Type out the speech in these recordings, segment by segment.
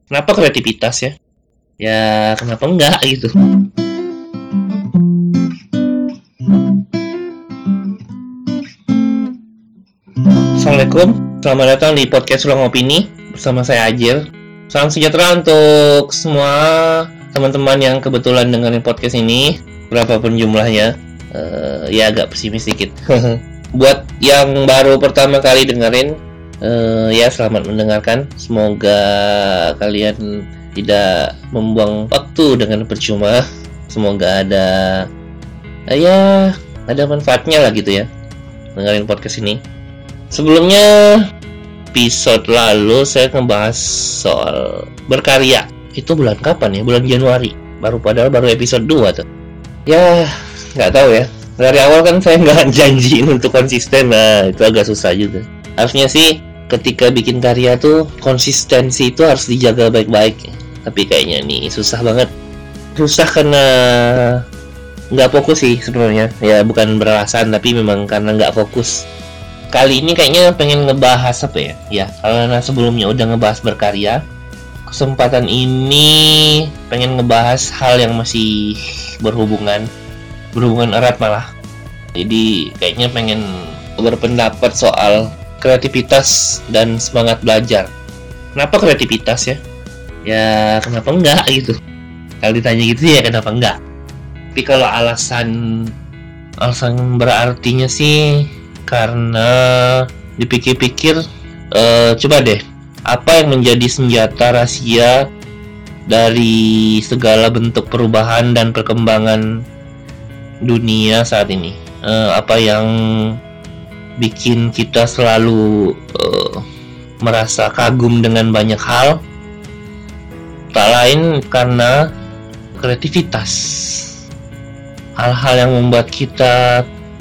Kenapa kreativitas ya? Ya kenapa enggak gitu. Assalamualaikum, selamat datang di podcast Ruang Opini bersama saya Ajil. Salam sejahtera untuk semua teman-teman yang kebetulan dengerin podcast ini, berapapun jumlahnya. Ya agak pesimis sedikit. Buat yang baru pertama kali dengerin, ya selamat mendengarkan. Semoga kalian tidak membuang waktu dengan percuma. Semoga ada manfaatnya lah gitu ya dengerin podcast ini. Sebelumnya episode lalu saya ngebahas soal berkarya. Itu bulan kapan ya? Bulan Januari. Baru episode 2 tuh. Ya nggak tahu ya. Dari awal kan saya nggak janjiin untuk konsisten. Nah itu agak susah juga. Harusnya sih ketika bikin karya tuh konsistensi itu harus dijaga baik-baik. Tapi kayaknya nih susah banget. Susah karena nggak fokus sih sebenarnya. Ya bukan beralasan, tapi memang karena nggak fokus. Kali ini kayaknya pengen ngebahas apa ya? Ya karena sebelumnya udah ngebahas berkarya. Kesempatan ini pengen ngebahas hal yang masih berhubungan erat malah. Jadi kayaknya pengen berpendapat soal kreativitas dan semangat belajar. Kenapa kreativitas ya? Ya kenapa enggak gitu. Kalau ditanya gitu ya kenapa enggak. Tapi kalau alasan berartinya sih karena dipikir-pikir, coba deh, apa yang menjadi senjata rahasia dari segala bentuk perubahan dan perkembangan dunia saat ini? Apa yang bikin kita selalu merasa kagum dengan banyak hal? Tak lain karena kreativitas. Hal-hal yang membuat kita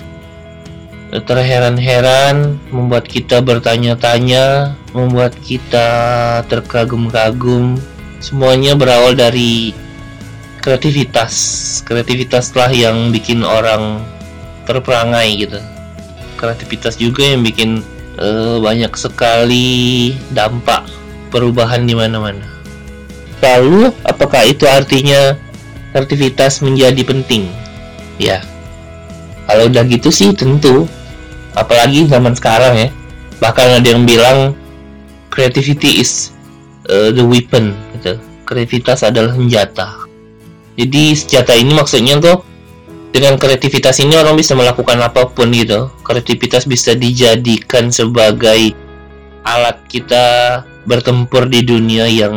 terheran-heran, membuat kita bertanya-tanya, membuat kita terkagum-kagum. Semuanya berawal dari kreativitas. Kreativitaslah yang bikin orang terperangai gitu. Kreativitas juga yang bikin banyak sekali dampak perubahan di mana-mana. Lalu, apakah itu artinya kreativitas menjadi penting? Ya, kalau udah gitu sih tentu. Apalagi zaman sekarang ya. Bahkan ada yang bilang creativity is the weapon gitu. Kreativitas adalah senjata. Jadi senjata ini maksudnya tuh dengan kreativitas ini orang bisa melakukan apapun gitu. Kreativitas bisa dijadikan sebagai alat kita bertempur di dunia yang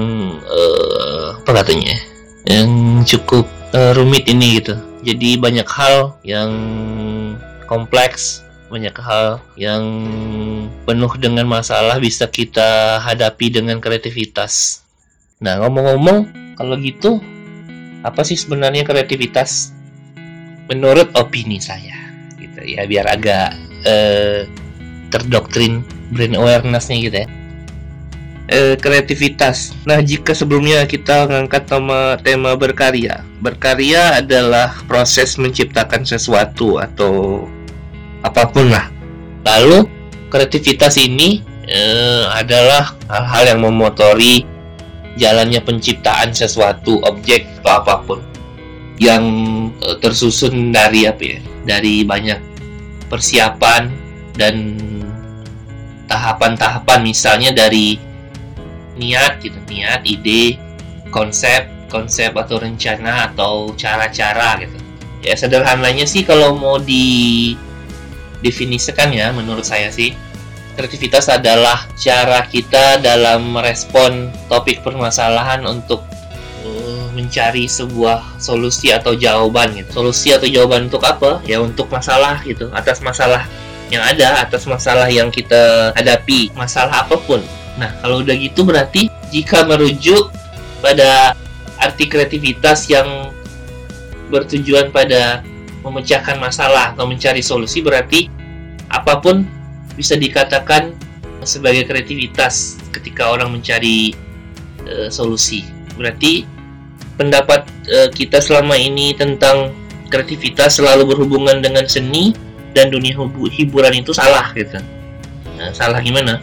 yang cukup rumit ini gitu. Jadi banyak hal yang kompleks, banyak hal yang penuh dengan masalah bisa kita hadapi dengan kreativitas. Nah, ngomong-ngomong, kalau gitu, apa sih sebenarnya kreativitas? Menurut opini saya, gitu ya, biar agak terdoktrin brain awareness-nya gitu ya. Kreativitas. Nah, jika sebelumnya kita mengangkat tema berkarya. Berkarya adalah proses menciptakan sesuatu atau apapun lah. Lalu kreativitas ini adalah hal-hal yang memotori jalannya penciptaan sesuatu objek atau apapun yang tersusun dari dari banyak persiapan dan tahapan-tahapan, misalnya dari niat, ide, konsep atau rencana atau cara-cara gitu. Ya sederhananya sih kalau mau didefinisikan ya, menurut saya sih kreativitas adalah cara kita dalam merespon topik permasalahan untuk mencari sebuah solusi atau jawaban gitu. Solusi atau jawaban untuk apa? Ya untuk masalah gitu, atas masalah yang ada, atas masalah yang kita hadapi, masalah apapun. Nah, kalau udah gitu berarti jika merujuk pada arti kreativitas yang bertujuan pada memecahkan masalah atau mencari solusi, berarti apapun bisa dikatakan sebagai kreativitas ketika orang mencari solusi. Berarti pendapat kita selama ini tentang kreativitas selalu berhubungan dengan seni dan dunia hiburan itu salah gitu. Nah, salah gimana?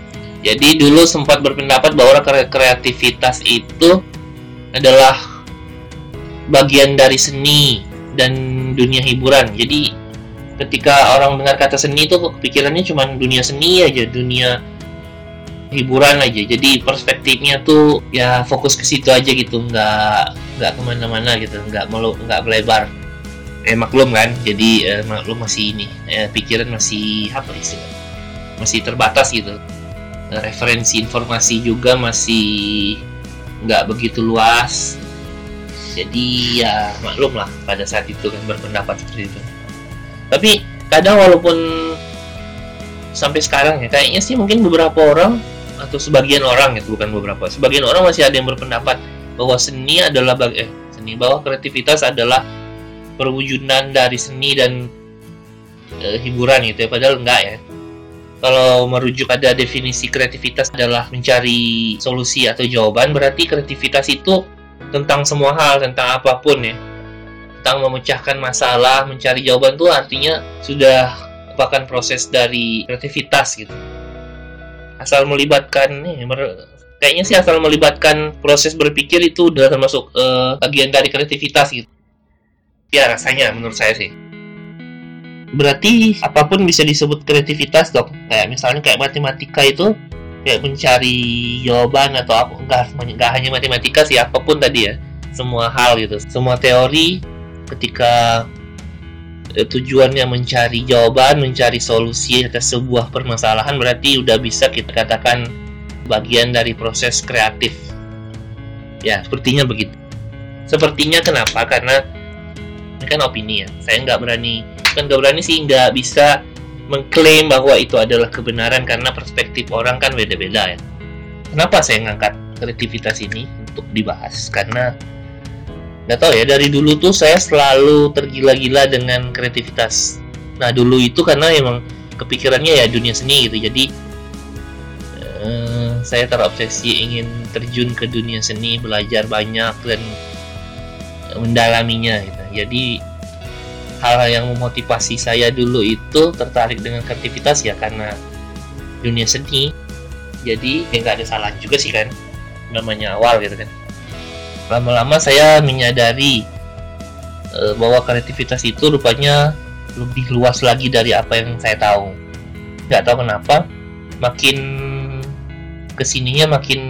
Jadi dulu sempat berpendapat bahwa kreativitas itu adalah bagian dari seni dan dunia hiburan. Jadi ketika orang dengar kata seni itu pikirannya cuma dunia seni aja, dunia hiburan aja. Jadi perspektifnya tuh ya fokus ke situ aja gitu, nggak kemana-mana gitu, nggak melebar. Maklum kan, jadi maklum masih ini, pikiran masih apa istilahnya, masih terbatas gitu. Referensi informasi juga masih nggak begitu luas. Jadi ya maklum lah pada saat itu kan berpendapat seperti itu. Tapi kadang walaupun sampai sekarang ya kayaknya sih mungkin beberapa orang atau sebagian orang itu bukan beberapa, sebagian orang masih ada yang berpendapat bahwa seni adalah bahwa kreativitas adalah perwujudan dari seni dan hiburan gitu ya, padahal enggak ya. Kalau merujuk ada definisi kreativitas adalah mencari solusi atau jawaban, berarti kreativitas itu tentang semua hal, tentang apapun ya. Tentang memecahkan masalah, mencari jawaban itu artinya sudah merupakan proses dari kreativitas gitu. Asal melibatkan kayaknya sih asal melibatkan proses berpikir itu udah termasuk bagian dari kreativitas gitu. Ya rasanya menurut saya sih. Berarti apapun bisa disebut kreativitas dong. Kayak misalnya kayak matematika itu kayak mencari jawaban atau apa, enggak hanya matematika sih, apapun tadi ya. Semua hal gitu. Semua teori ketika tujuannya mencari jawaban, mencari solusi atas sebuah permasalahan, berarti udah bisa kita katakan bagian dari proses kreatif. Ya, sepertinya begitu. Sepertinya kenapa? Karena ini kan opini ya. Saya nggak berani sih, nggak bisa mengklaim bahwa itu adalah kebenaran karena perspektif orang kan beda-beda ya. Kenapa saya ngangkat kreativitas ini untuk dibahas? Karena nggak tahu ya, dari dulu tuh saya selalu tergila-gila dengan kreativitas. Nah dulu itu karena emang kepikirannya ya dunia seni gitu, jadi saya terobsesi ingin terjun ke dunia seni, belajar banyak dan mendalaminya gitu. Jadi hal yang memotivasi saya dulu itu tertarik dengan kreativitas ya karena dunia seni. Jadi ya nggak ada salah juga sih kan, namanya awal gitu kan. Lama-lama saya menyadari bahwa kreativitas itu rupanya lebih luas lagi dari apa yang saya tahu. Nggak tahu kenapa, makin kesininya makin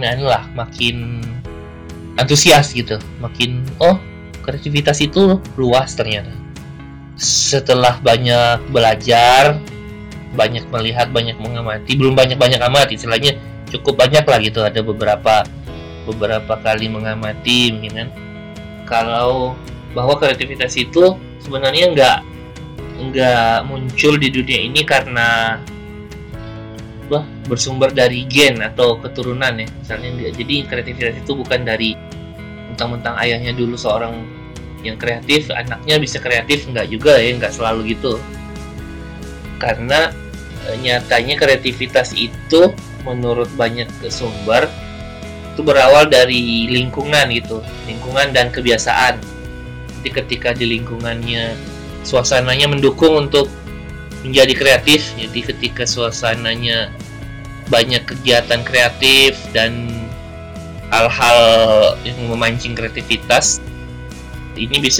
antusias gitu, makin kreativitas itu luas ternyata. Setelah banyak belajar, banyak melihat, banyak mengamati, belum banyak amat istilahnya, cukup banyak lah gitu, ada beberapa kali mengamati mungkin kan, kalau bahwa kreativitas itu sebenarnya nggak muncul di dunia ini karena bersumber dari gen atau keturunan ya misalnya, enggak. Jadi kreativitas itu bukan dari mentang-mentang ayahnya dulu seorang yang kreatif, anaknya bisa kreatif, enggak juga ya, enggak selalu gitu. Karena nyatanya kreativitas itu menurut banyak sumber itu berawal dari lingkungan gitu, lingkungan dan kebiasaan. Jadi ketika di lingkungannya suasananya mendukung untuk menjadi kreatif, jadi ketika suasananya banyak kegiatan kreatif dan hal-hal yang memancing kreativitas, ini bisa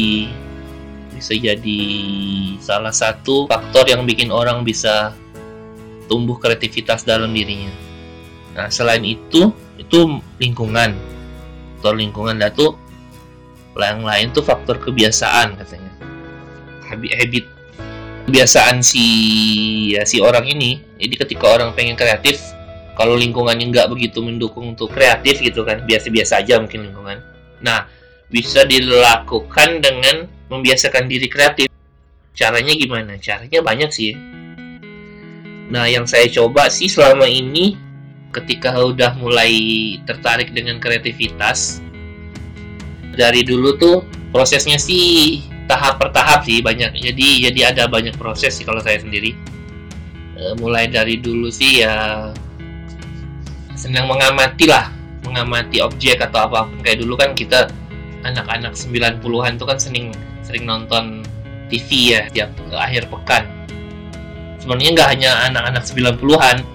jadi salah satu faktor yang bikin orang bisa tumbuh kreativitas dalam dirinya. Nah, selain itu lingkungan. Faktor lingkungan itu yang lain tuh faktor kebiasaan katanya. Habit kebiasaan si orang ini. Jadi ketika orang pengen kreatif, kalau lingkungannya nggak begitu mendukung untuk kreatif gitu kan, biasa-biasa aja mungkin lingkungan. Nah, bisa dilakukan dengan membiasakan diri kreatif. Caranya gimana? Caranya banyak sih. Nah, yang saya coba sih selama ini ketika udah mulai tertarik dengan kreativitas, dari dulu tuh prosesnya sih tahap per tahap sih banyak. Jadi ada banyak proses sih kalau saya sendiri. Mulai dari dulu sih ya senang mengamati objek atau apapun. Kayak dulu kan kita anak-anak 90-an tuh kan sering nonton TV ya tiap akhir pekan. Sebenarnya nggak hanya anak-anak 90-an,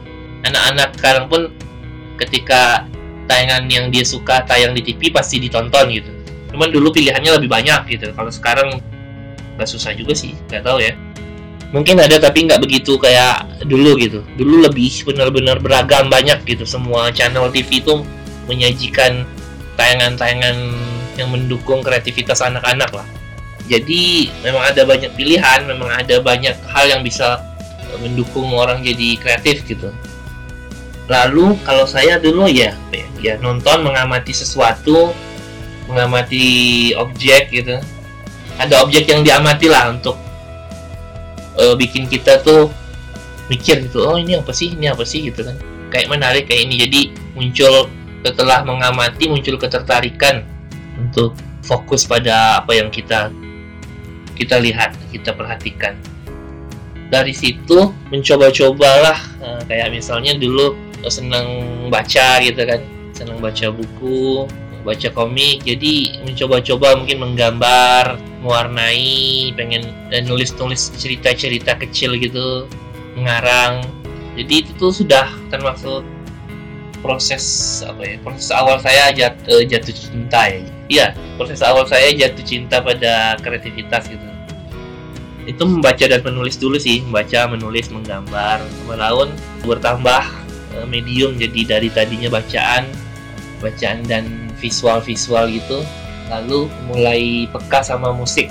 Anak-anak sekarang pun ketika tayangan yang dia suka tayang di TV pasti ditonton gitu. Cuman dulu pilihannya lebih banyak gitu. Kalau sekarang nggak susah juga sih, nggak tahu ya. Mungkin ada tapi nggak begitu kayak dulu gitu. Dulu lebih benar-benar beragam banyak gitu. Semua channel TV itu menyajikan tayangan-tayangan yang mendukung kreativitas anak-anak lah. Jadi memang ada banyak pilihan, memang ada banyak hal yang bisa mendukung orang jadi kreatif gitu. Lalu kalau saya dulu ya nonton, mengamati sesuatu, mengamati objek gitu. Ada objek yang diamati lah untuk bikin kita tuh mikir gitu, oh ini apa sih gitu kan. Kayak menarik kayak ini. Jadi muncul setelah mengamati muncul ketertarikan untuk fokus pada apa yang kita lihat, kita perhatikan. Dari situ mencoba-cobalah kayak misalnya dulu senang baca gitu kan, senang baca buku, baca komik, jadi mencoba-coba mungkin menggambar, mewarnai, pengen nulis-nulis cerita-cerita kecil gitu, mengarang. Jadi itu tuh sudah termasuk proses awal saya jatuh cinta ya. Iya, proses awal saya jatuh cinta pada kreativitas gitu. Itu membaca dan menulis dulu sih, membaca, menulis, menggambar, melawan bertambah medium, jadi dari tadinya bacaan dan visual gitu, lalu mulai peka sama musik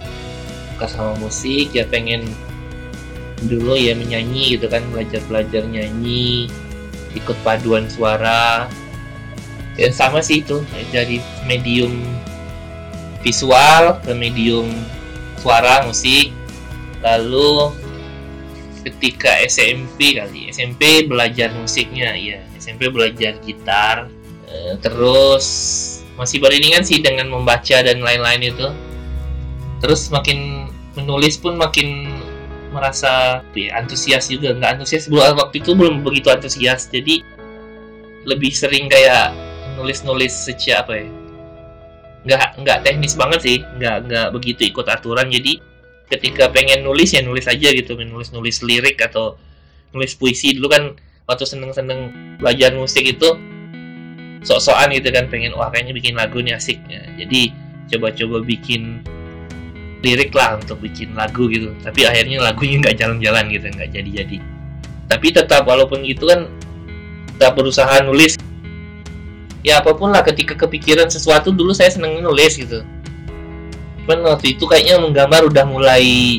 ya, pengen dulu ya menyanyi gitu kan, belajar nyanyi, ikut paduan suara ya, sama sih itu dari medium visual ke medium suara musik. Lalu ketika SMP belajar musiknya ya, SMP belajar gitar, terus masih beriringan sih dengan membaca dan lain-lain itu. Terus makin menulis pun makin merasa antusias juga, nggak antusias waktu itu belum begitu antusias, jadi lebih sering kayak nulis secara nggak teknis banget sih, nggak begitu ikut aturan. Jadi ketika pengen nulis ya nulis aja gitu, nulis lirik atau nulis puisi. Dulu kan waktu seneng belajar musik itu sok-sokan gitu kan, pengen kayaknya bikin lagu nih asik ya. Jadi coba-coba bikin lirik lah untuk bikin lagu gitu, tapi akhirnya lagunya nggak jalan-jalan gitu, nggak jadi. Tapi tetap walaupun gitu kan tetap berusaha nulis ya, apapun lah. Ketika kepikiran sesuatu, dulu saya seneng nulis gitu. Cuman waktu itu kayaknya menggambar udah mulai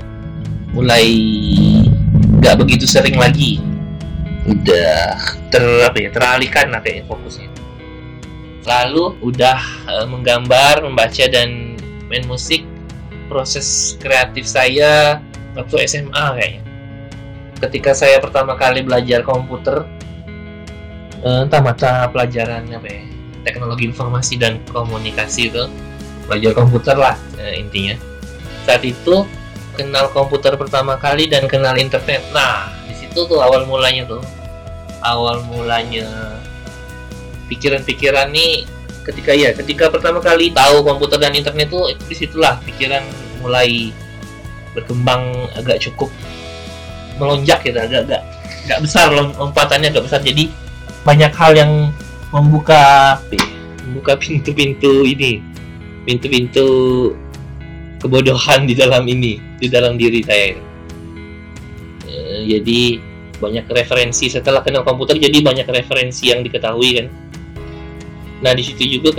nggak begitu sering lagi, udah teralihkan lah kayak fokusnya. Lalu udah menggambar, membaca dan main musik. Proses kreatif saya waktu SMA kayaknya, ketika saya pertama kali belajar komputer, entah mata pelajaran teknologi informasi dan komunikasi itu, belajar komputer lah intinya. Saat itu kenal komputer pertama kali dan kenal internet. Nah, di situ tuh awal mulanya pikiran-pikiran nih, ketika pertama kali tahu komputer dan internet tuh, itu disitulah pikiran mulai berkembang, agak cukup melonjak gitu, agak besar, lompatannya agak besar. Jadi banyak hal yang membuka pintu-pintu kebodohan di dalam diri saya. Jadi banyak referensi setelah kenal komputer, jadi banyak referensi yang diketahui kan. Nah, di situ juga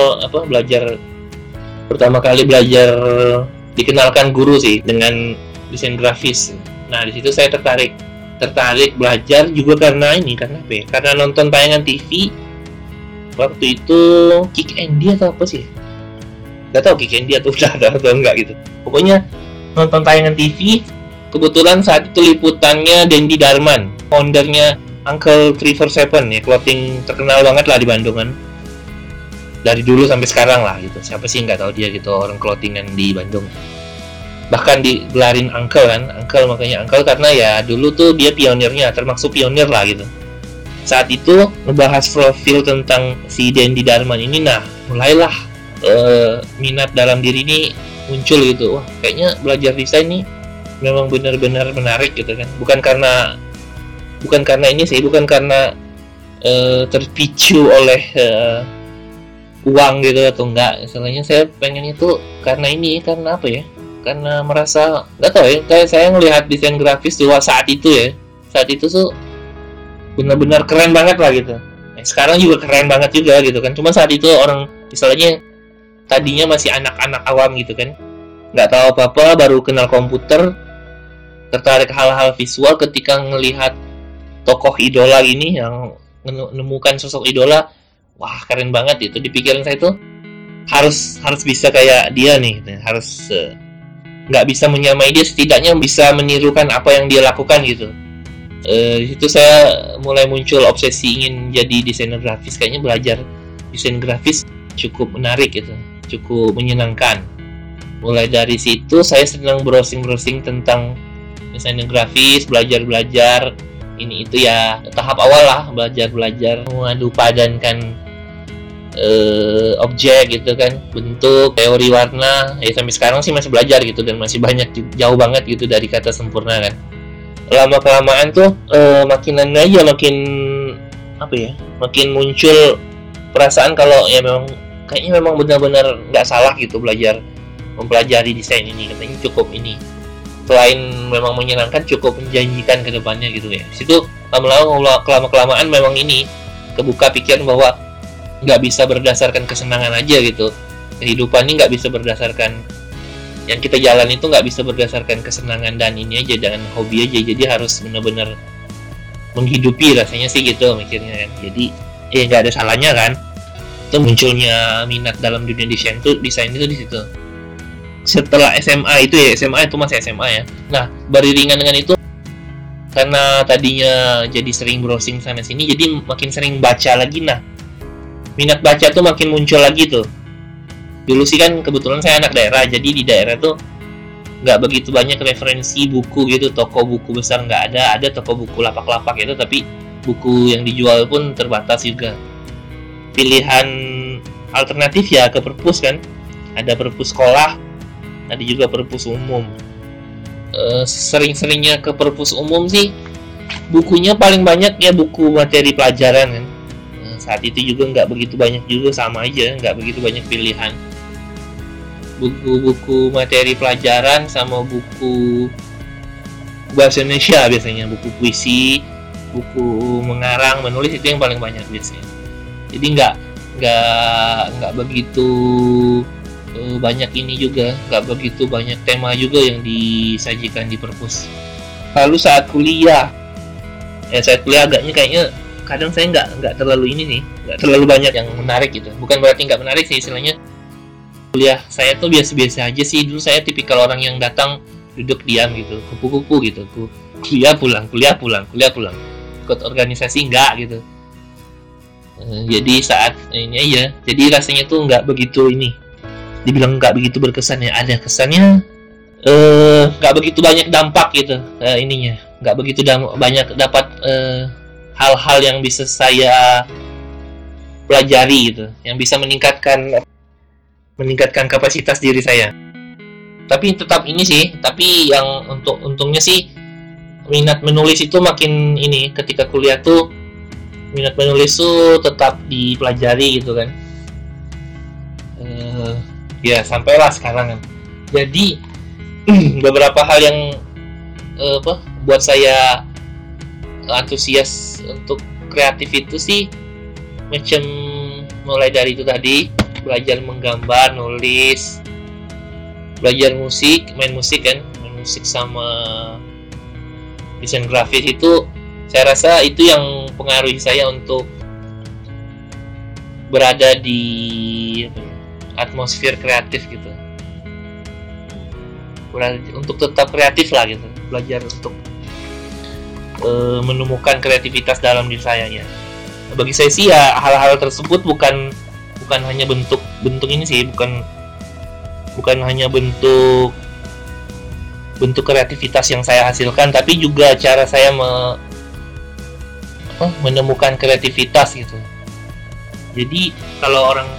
pertama kali belajar dikenalkan guru sih dengan desain grafis. Nah, di situ saya tertarik belajar juga karena nonton tayangan TV waktu itu, Kick Andy atau apa sih, nggak tahu Kick Andy atau udah atau enggak gitu. Pokoknya nonton tayangan TV, kebetulan saat itu liputannya Dendi Darman, foundernya Uncle 347 ya, clothing terkenal banget lah di Bandung kan, dari dulu sampai sekarang lah gitu. Siapa sih nggak tahu dia gitu, orang clothingan di Bandung. Bahkan digelarin Uncle makanya Uncle karena ya dulu tuh dia pionirnya, termasuk pionir lah gitu. Saat itu ngebahas profil tentang si Dendi Darman ini, nah mulailah minat dalam diri ini muncul gitu. Wah, kayaknya belajar desain nih memang benar-benar menarik gitu kan. Bukan karena bukan karena ini sih, bukan karena terpicu oleh uang gitu atau enggak. Istilahnya saya pengen itu karena ini, karena apa ya, karena merasa nggak tahu ya, kayak saya ngelihat desain grafis di saat itu ya, saat itu tuh benar-benar keren banget lah gitu. Sekarang juga keren banget juga gitu kan, cuma saat itu orang istilahnya tadinya masih anak-anak awam gitu kan, nggak tahu apa-apa, baru kenal komputer, tertarik hal-hal visual. Ketika ngelihat tokoh idola ini, yang menemukan sosok idola, wah keren banget itu. Di pikiran saya itu harus bisa kayak dia nih, harus nggak bisa menyamai dia, setidaknya bisa menirukan apa yang dia lakukan gitu. Di situ saya mulai muncul obsesi ingin jadi desainer grafis. Kayaknya belajar desain grafis cukup menarik gitu, cukup menyenangkan. Mulai dari situ saya senang browsing tentang desain grafis, belajar ini itu ya, tahap awal lah, belajar mengadu padankan objek gitu kan, bentuk, teori warna. Ya sampai sekarang sih masih belajar gitu, dan masih banyak, jauh banget gitu dari kata sempurna kan. Lama kelamaan tuh makin apa ya, makin muncul perasaan kalau ya kayaknya memang benar-benar nggak salah gitu mempelajari desain ini. Katanya cukup ini, selain memang menyenangkan, cukup menjanjikan ke depannya gitu ya. Situ lama-kelamaan memang ini kebuka pikiran bahwa nggak bisa berdasarkan kesenangan aja gitu. Kehidupan ini nggak bisa berdasarkan, yang kita jalan itu nggak bisa berdasarkan kesenangan dan ini aja, dengan hobi aja. Jadi harus benar-benar menghidupi, rasanya sih gitu mikirnya kan. Jadi nggak ada salahnya kan. Itu munculnya minat dalam dunia desain itu di situ. Setelah SMA itu masih SMA ya. Nah, beriringan dengan itu, karena tadinya jadi sering browsing sana sini, jadi makin sering baca lagi. Nah, minat baca tuh makin muncul lagi tuh. Dulu sih kan kebetulan saya anak daerah, jadi di daerah tuh nggak begitu banyak referensi buku gitu, toko buku besar nggak ada toko buku lapak-lapak gitu, tapi buku yang dijual pun terbatas juga. Pilihan alternatif ya ke perpus kan, ada perpus sekolah, ada juga perpus umum. Sering-seringnya ke perpus umum sih, bukunya paling banyak ya buku materi pelajaran kan. Saat itu juga nggak begitu banyak juga, sama aja, nggak begitu banyak pilihan. Buku-buku materi pelajaran sama buku bahasa Indonesia biasanya, buku puisi, buku mengarang, menulis, itu yang paling banyak biasanya. Jadi nggak begitu banyak ini juga, nggak begitu banyak tema juga yang disajikan di perpus. Lalu saat kuliah agaknya kayaknya kadang saya nggak terlalu ini nih, nggak terlalu banyak yang menarik gitu. Bukan berarti nggak menarik sih, istilahnya kuliah saya tuh biasa-biasa aja sih. Dulu saya tipikal orang yang datang duduk diam gitu, kupu-kupu gitu, kuliah pulang, ikut organisasi enggak gitu. Jadi saat ini aja, jadi rasanya tuh nggak begitu ini, dibilang nggak begitu berkesan ya, ada kesannya nggak begitu banyak dampak gitu, ininya nggak begitu banyak dapat hal-hal yang bisa saya pelajari gitu, yang bisa meningkatkan kapasitas diri saya. Tapi tetap ini sih, tapi yang untungnya sih minat menulis itu makin ini, ketika kuliah tuh minat menulis tuh tetap dipelajari gitu kan. Ya sampailah sekarang kan. Jadi beberapa hal yang buat saya antusias untuk kreatif itu sih, macam mulai dari itu tadi, belajar menggambar, nulis, belajar main musik sama desain grafis. Itu saya rasa itu yang pengaruhi saya untuk berada di atmosfer kreatif gitu, untuk tetap kreatif lah gitu, belajar untuk menemukan kreativitas dalam diri saya ya. Bagi saya sih ya, hal-hal tersebut bukan hanya bentuk ini sih, bukan hanya bentuk kreativitas yang saya hasilkan, tapi juga cara saya menemukan kreativitas gitu. Jadi kalau orang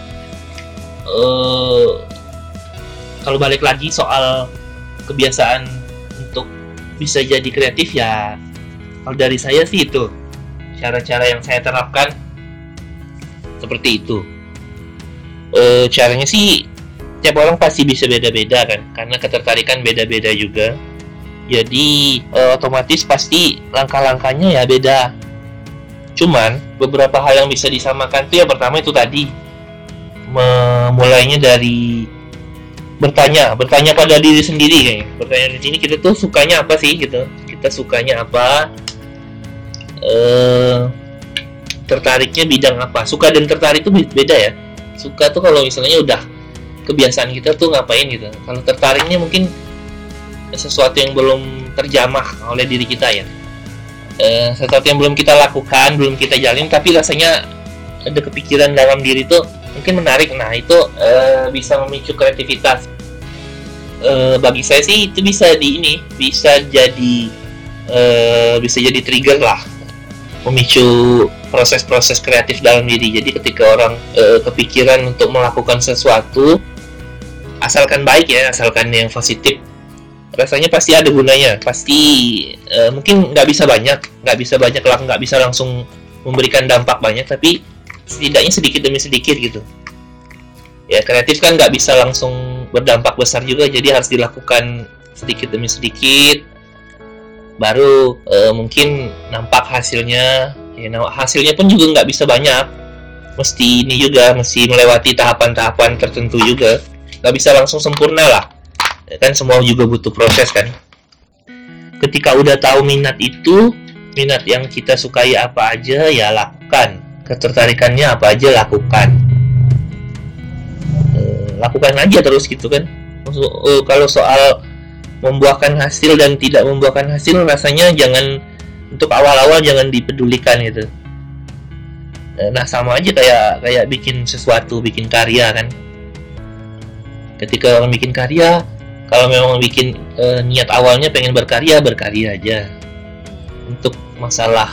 kalau balik lagi soal kebiasaan untuk bisa jadi kreatif ya, Kalau dari saya sih itu cara-cara yang saya terapkan seperti itu. Caranya sih tiap orang pasti bisa beda-beda kan, karena ketertarikan beda-beda juga. Jadi otomatis pasti langkah-langkahnya ya beda. Cuman beberapa hal yang bisa disamakan tuh yang pertama itu tadi, memulainya dari bertanya pada diri sendiri kayaknya. Bertanya di sini kita tuh sukanya apa sih gitu. Kita sukanya apa? Tertariknya bidang apa? Suka dan tertarik itu beda ya. Suka tuh kalau misalnya udah kebiasaan kita tuh ngapain gitu. Kalau tertariknya mungkin sesuatu yang belum terjamah oleh diri kita ya, sesuatu yang belum kita lakukan, belum kita jalin, tapi rasanya ada kepikiran dalam diri tuh mungkin menarik. Nah itu bisa memicu kreativitas. Bagi saya sih itu bisa jadi trigger lah, memicu proses-proses kreatif dalam diri. Jadi ketika orang kepikiran untuk melakukan sesuatu, asalkan baik ya, asalkan yang positif, rasanya pasti ada gunanya. Pasti mungkin nggak bisa langsung memberikan dampak banyak, tapi setidaknya sedikit demi sedikit gitu ya. Kreatif kan nggak bisa langsung berdampak besar juga, jadi harus dilakukan sedikit demi sedikit, baru mungkin nampak hasilnya ya. Hasilnya pun juga nggak bisa banyak, mesti melewati tahapan-tahapan tertentu juga, nggak bisa langsung sempurna lah kan, semua juga butuh proses kan. Ketika udah tahu minat yang kita sukai apa aja ya lakukan, ketertarikannya apa aja lakukan aja terus gitu kan. Kalau soal membuahkan hasil dan tidak membuahkan hasil, rasanya jangan, untuk awal-awal jangan dipedulikan gitu. Nah sama aja kayak bikin sesuatu, bikin karya kan. Ketika orang bikin karya, kalau memang bikin niat awalnya pengen berkarya aja. Untuk masalah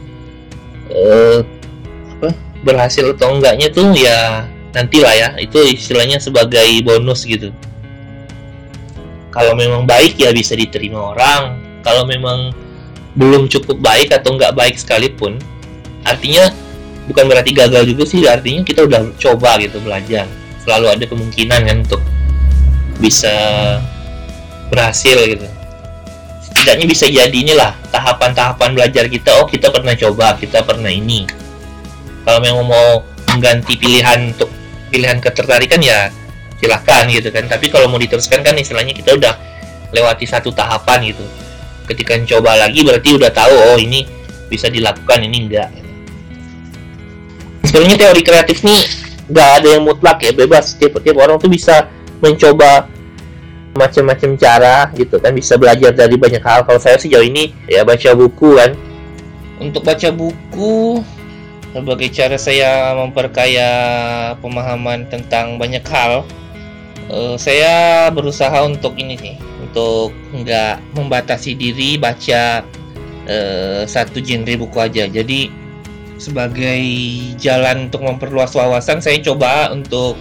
berhasil atau enggaknya tuh ya nantilah ya, itu istilahnya sebagai bonus gitu. Kalau memang baik ya bisa diterima orang, kalau memang belum cukup baik atau enggak baik sekalipun, artinya bukan berarti gagal juga sih, artinya kita udah coba gitu, belajar. Selalu ada kemungkinan kan untuk bisa berhasil gitu. Setidaknya bisa jadi inilah tahapan-tahapan belajar kita. Oh kita pernah coba, kita pernah ini. Kalau memang mau mengganti pilihan untuk pilihan ketertarikan ya silahkan gitu kan. Tapi kalau mau diteruskan kan istilahnya kita udah lewati satu tahapan gitu. Ketika coba lagi berarti udah tahu oh ini bisa dilakukan, ini enggak. Sebenarnya teori kreatif nih nggak ada yang mutlak ya, bebas. Tiap orang tuh bisa mencoba macam-macam cara gitu kan, bisa belajar dari banyak hal. Kalau saya sejauh ini ya baca buku kan. Untuk baca buku sebagai cara saya memperkaya pemahaman tentang banyak hal, saya berusaha untuk ini sih, untuk nggak membatasi diri baca satu genre buku aja. Jadi sebagai jalan untuk memperluas wawasan, saya coba untuk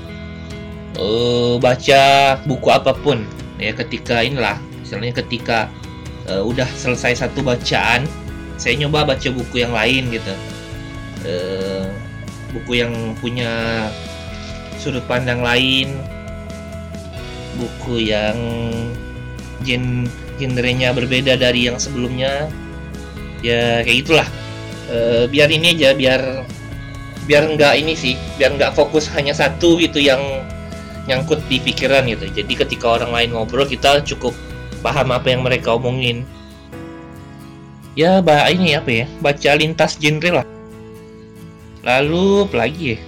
baca buku apapun ya. Ketika udah selesai satu bacaan, saya nyoba baca buku yang lain gitu, buku yang punya sudut pandang lain, buku yang genrenya berbeda dari yang sebelumnya ya, kayak gitulah. Biar ini aja, biar nggak fokus hanya satu gitu yang nyangkut di pikiran gitu. Jadi ketika orang lain ngobrol, kita cukup paham apa yang mereka omongin. Ya baca lintas genre lah. Lalu apalagi ya,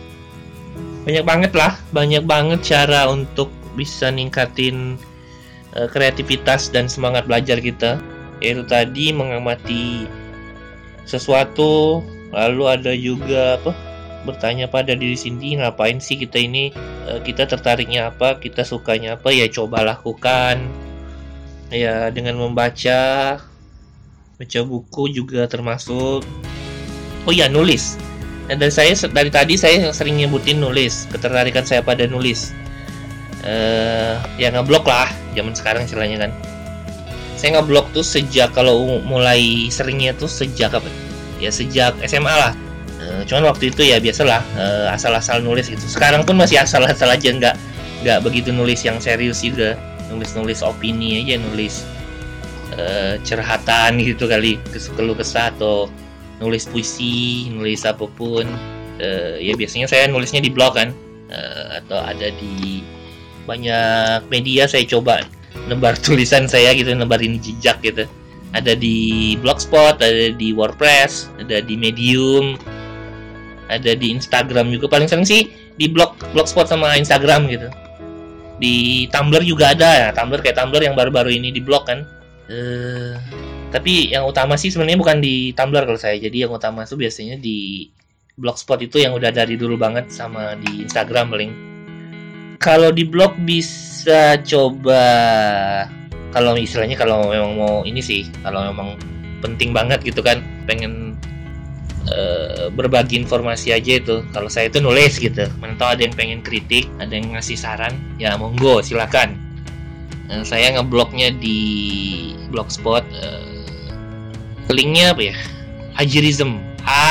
banyak banget cara untuk bisa ningkatin kreativitas dan semangat belajar kita. Yaitu tadi mengamati sesuatu, lalu ada juga bertanya pada diri sendiri, ngapain sih kita ini, kita tertariknya apa, kita sukanya apa, ya coba lakukan ya. Dengan baca buku juga termasuk. Oh ya, nulis. Dan dari tadi saya sering nyebutin nulis, ketertarikan saya pada nulis. Ya ngeblog lah zaman sekarang istilahnya kan. Saya ngeblog tuh sejak, kalau mulai seringnya tuh sejak apa ya, sejak SMA lah. Cuman waktu itu ya biasalah, asal-asal nulis gitu. Sekarang pun masih asal-asal aja, nggak begitu nulis yang serius juga. Nulis opini aja, nulis curhatan gitu kali, keluh kesah, atau nulis puisi, nulis apapun. Ya biasanya saya nulisnya di blog kan, atau ada di banyak media. Saya coba nebar tulisan saya gitu, nebarin jejak gitu. Ada di Blogspot, ada di WordPress, ada di Medium, ada di Instagram juga. Paling sering sih di Blogspot sama Instagram gitu. Di Tumblr juga ada ya, Tumblr yang baru-baru ini di blog kan. Tapi yang utama sih sebenarnya bukan di Tumblr kalau saya. Jadi yang utama itu biasanya di Blogspot itu yang udah dari dulu banget, sama di Instagram paling. Kalau di blog bisa coba, kalau istilahnya kalau memang mau ini sih, kalau memang penting banget gitu kan, pengen berbagi informasi aja itu. Kalau saya itu nulis gitu. Mana tahu ada yang pengen kritik, ada yang ngasih saran, ya monggo silakan. Saya ngeblognya di Blogspot. Linknya apa ya? Ajirism,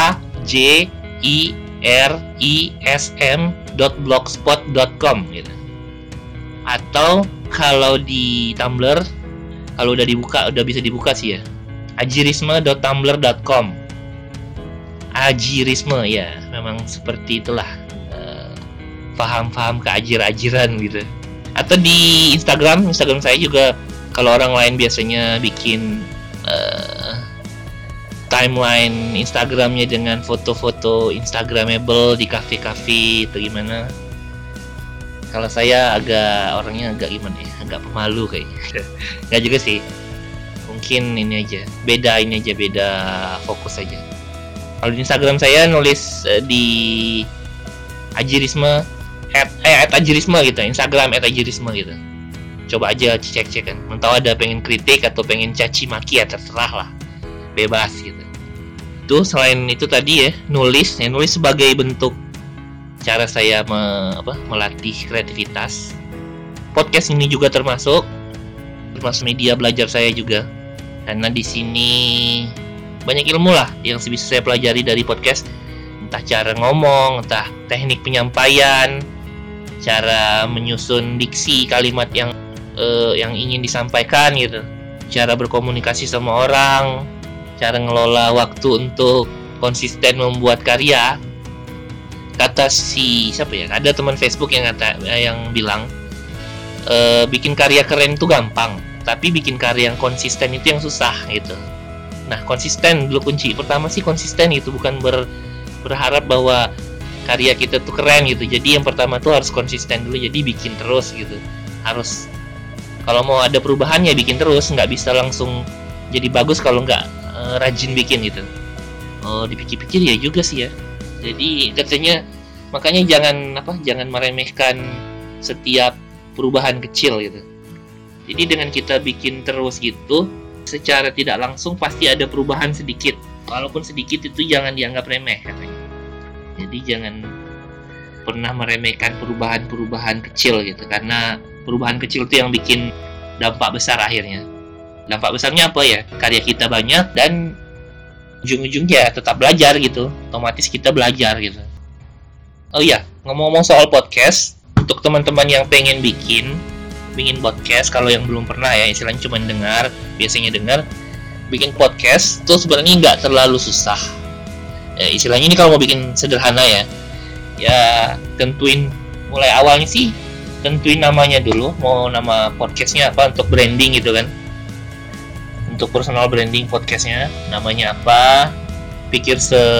AJIRISM.blogspot.com gitu. Atau kalau di Tumblr, kalau udah bisa dibuka sih ya, ajirisme.tumblr.com. Ajirisme ya, memang seperti itulah, paham keajir-ajiran gitu. Atau di Instagram saya juga, kalau orang lain biasanya bikin timeline Instagramnya dengan foto-foto Instagramable di kafe-kafe itu gimana. Kalau saya orangnya agak gimana ya, agak pemalu kayak. Nggak juga sih, mungkin ini aja, beda fokus aja. Kalau di Instagram saya nulis di ajirisme @ajirisme gitu, Instagram @ajirisme gitu. Coba aja cek kan, mentau ada pengen kritik atau pengen caci maki ya terserah lah, bebas gitu. Itu selain itu tadi ya, nulis sebagai bentuk cara saya melatih kreativitas. Podcast ini juga termasuk media belajar saya juga, karena di sini banyak ilmu lah yang bisa saya pelajari dari podcast. Entah cara ngomong, entah teknik penyampaian, cara menyusun diksi kalimat yang ingin disampaikan gitu, cara berkomunikasi sama orang, cara ngelola waktu untuk konsisten membuat karya. Kata siapa ya, ada teman Facebook yang bilang, bikin karya keren itu gampang, tapi bikin karya yang konsisten itu yang susah gitu. Nah, konsisten dulu kunci pertama sih, konsisten gitu, bukan berharap bahwa karya kita tuh keren gitu. Jadi yang pertama tuh harus konsisten dulu, jadi bikin terus gitu. Harus, kalau mau ada perubahan ya bikin terus, nggak bisa langsung jadi bagus kalau nggak rajin bikin gitu. Dipikir-pikir ya juga sih ya. Jadi katanya, makanya jangan meremehkan setiap perubahan kecil gitu. Jadi dengan kita bikin terus gitu, secara tidak langsung pasti ada perubahan sedikit. Walaupun sedikit itu jangan dianggap remeh katanya. Jadi jangan pernah meremehkan perubahan kecil gitu, karena perubahan kecil itu yang bikin dampak besar akhirnya. Dampak besarnya apa ya? Karya kita banyak dan ujung-ujungnya tetap belajar gitu. Otomatis kita belajar gitu. Oh iya, ngomong-ngomong soal podcast, untuk teman-teman yang pengen bikin podcast, kalau yang belum pernah ya, istilahnya cuma biasanya dengar, bikin podcast tuh sebenarnya nggak terlalu susah. Ya, istilahnya ini kalau mau bikin sederhana ya tentuin, mulai awalnya sih tentuin namanya dulu, mau nama podcastnya apa, untuk branding gitu kan, untuk personal branding podcastnya namanya apa. Pikir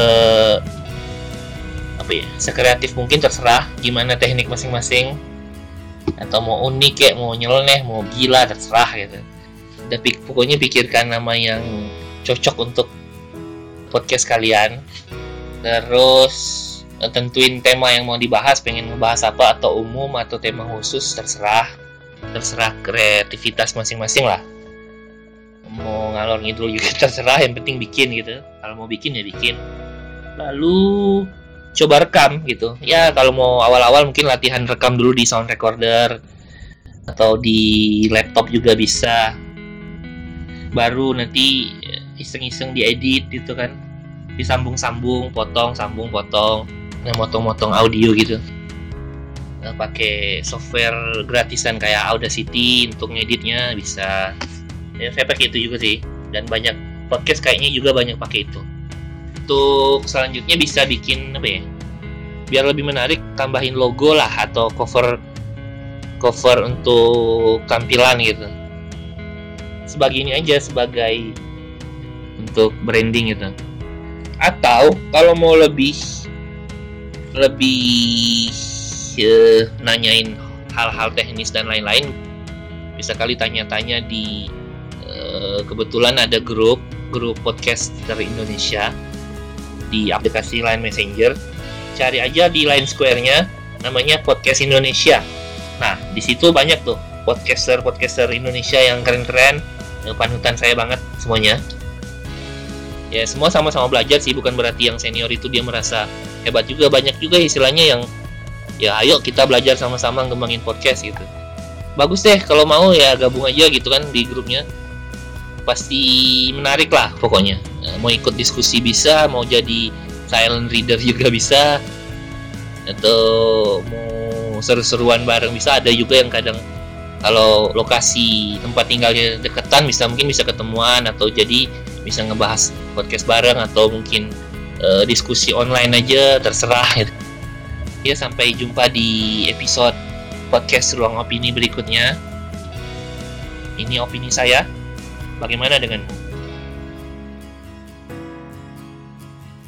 sekreatif mungkin, terserah gimana teknik masing-masing, atau mau unik kayak, mau nyeleneh, mau gila, terserah gitu. Tapi pokoknya pikirkan nama yang cocok untuk podcast kalian. Terus tentuin tema yang mau dibahas, pengen ngebahas apa, atau umum atau tema khusus, terserah kreativitas masing-masing lah. Mau ngalor ngidul juga terserah, yang penting bikin gitu. Kalau mau bikin ya bikin. Lalu coba rekam gitu ya. Kalau mau awal-awal mungkin latihan rekam dulu di sound recorder atau di laptop juga bisa. baru nanti iseng-iseng diedit gitu kan, disambung-sambung, potong, sambung, potong, motong-motong audio gitu. Pakai software gratisan kayak Audacity untuk ngeditnya bisa. Ya, saya pakai itu juga sih, dan banyak podcast kayaknya juga banyak pakai itu. Untuk selanjutnya bisa bikin apa ya? Biar lebih menarik, tambahin logo lah atau cover untuk tampilan gitu. Sebagai ini aja, sebagai untuk branding gitu. Atau kalau mau lebih nanyain hal-hal teknis dan lain-lain, bisa kali tanya-tanya di kebetulan ada grup podcaster Indonesia di aplikasi Line Messenger. Cari aja di Line Square-nya, namanya Podcast Indonesia. Nah, di situ banyak tuh podcaster Indonesia yang keren-keren, yang panutan saya banget semuanya. Ya, semua sama-sama belajar sih, bukan berarti yang senior itu dia merasa hebat juga. Banyak juga istilahnya yang ya ayo kita belajar sama-sama ngembangin podcast gitu. Bagus deh, kalau mau ya gabung aja gitu kan di grupnya. Pasti menarik lah pokoknya. Mau ikut diskusi bisa, mau jadi silent reader juga bisa, atau mau seru-seruan bareng bisa. Ada juga yang kadang kalau lokasi tempat tinggalnya deketan mungkin bisa ketemuan, atau jadi bisa ngebahas podcast bareng, atau mungkin diskusi online aja, terserah gitu. Ya, sampai jumpa di episode podcast Ruang Opini berikutnya. Ini opini saya. Bagaimana denganmu?